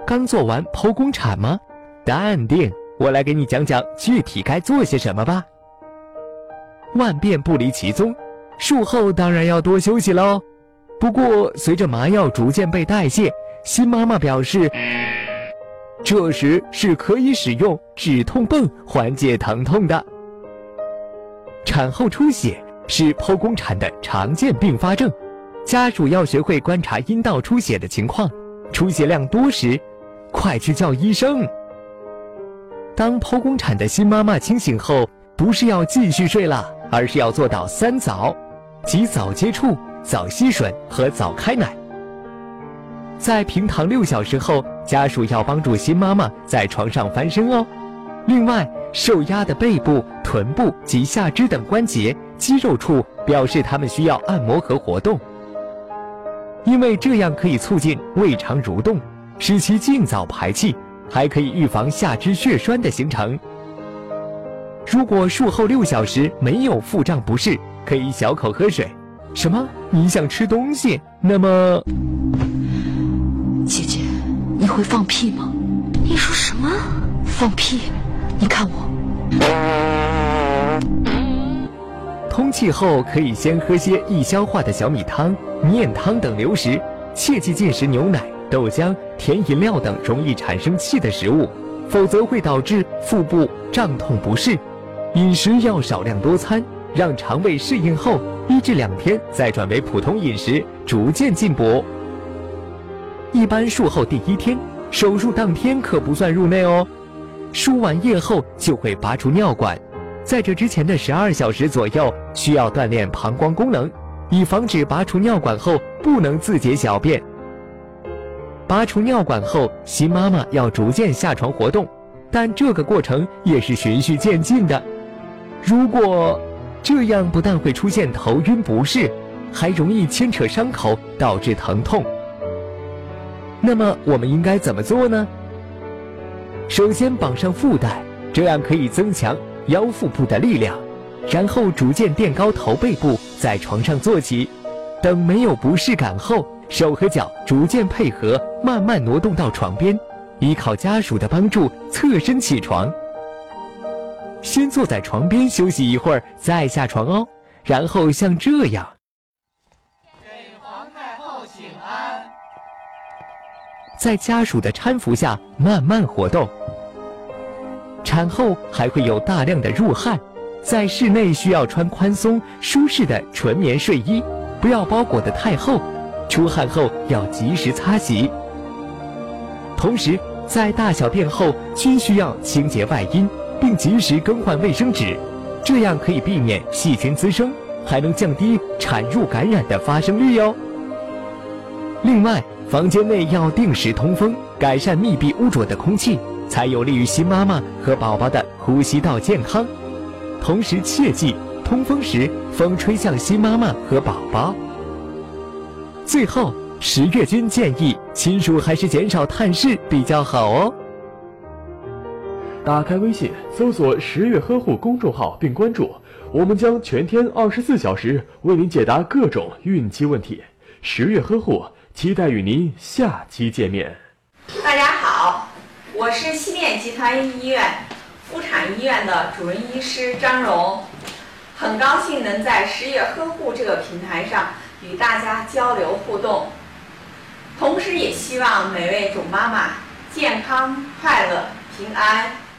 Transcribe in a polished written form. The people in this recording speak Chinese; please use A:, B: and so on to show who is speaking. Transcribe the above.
A: 刚做完剖宫产吗？淡定，我来给你讲讲具体该做些什么吧。万变不离其宗，术后当然要多休息喽。不过随着麻药逐渐被代谢，新妈妈表示，这时是可以使用止痛泵缓解疼痛的。产后出血是剖宫产的常见并发症，家属要学会观察阴道出血的情况，出血量多时，快去叫医生。当剖宫产的新妈妈清醒后，不是要继续睡了，而是要做到3早，即早接触、早吸吮和早开奶。在平躺6小时后，家属要帮助新妈妈在床上翻身哦。另外，受压的背部、臀部及下肢等关节、肌肉处表示他们需要按摩和活动，因为这样可以促进胃肠蠕动，使其尽早排气，还可以预防下肢血栓的形成。如果术后6小时没有腹胀不适，可以小口喝水。什么？你想吃东西？那么，
B: 姐姐，你会放屁吗？
C: 你说什么？
B: 放屁？你看我。
A: 通气后可以先喝些易消化的小米汤、面汤等流食，切忌进食牛奶、豆浆、甜饮料等容易产生气的食物，否则会导致腹部胀痛不适。饮食要少量多餐，让肠胃适应后1至2天再转为普通饮食，逐渐进补。一般术后第1天，手术当天可不算入内哦。输完液后就会拔除尿管，在这之前的12小时左右需要锻炼膀胱功能，以防止拔除尿管后不能自解小便。拔除尿管后，新妈妈要逐渐下床活动，但这个过程也是循序渐进的。如果这样，不但会出现头晕不适，还容易牵扯伤口，导致疼痛。那么我们应该怎么做呢？首先绑上腹带，这样可以增强腰腹部的力量，然后逐渐垫高头背部，在床上坐起。等没有不适感后，手和脚逐渐配合，慢慢挪动到床边，依靠家属的帮助侧身起床。先坐在床边休息一会儿，再下床哦。然后像这样，
D: 给皇太后请安。
A: 在家属的搀扶下慢慢活动。产后还会有大量的入汗，在室内需要穿宽松舒适的纯棉睡衣，不要包裹得太厚。出汗后要及时擦洗。同时，在大小便后均需要清洁外阴，并及时更换卫生纸，这样可以避免细菌滋生，还能降低产褥感染的发生率哟。另外，房间内要定时通风，改善密闭污浊的空气，才有利于新妈妈和宝宝的呼吸道健康。同时切记，通风时风吹向新妈妈和宝宝。最后，10月君建议亲属还是减少探视比较好哦。
E: 打开微信，搜索“10月呵护”公众号并关注，我们将全天24小时为您解答各种孕期问题。10月呵护，期待与您下期见面。
F: 大家好，我是西电集团医院妇产医院的主任医师张荣，很高兴能在10月呵护这个平台上与大家交流互动，同时也希望每位准妈妈健康、快乐、平安。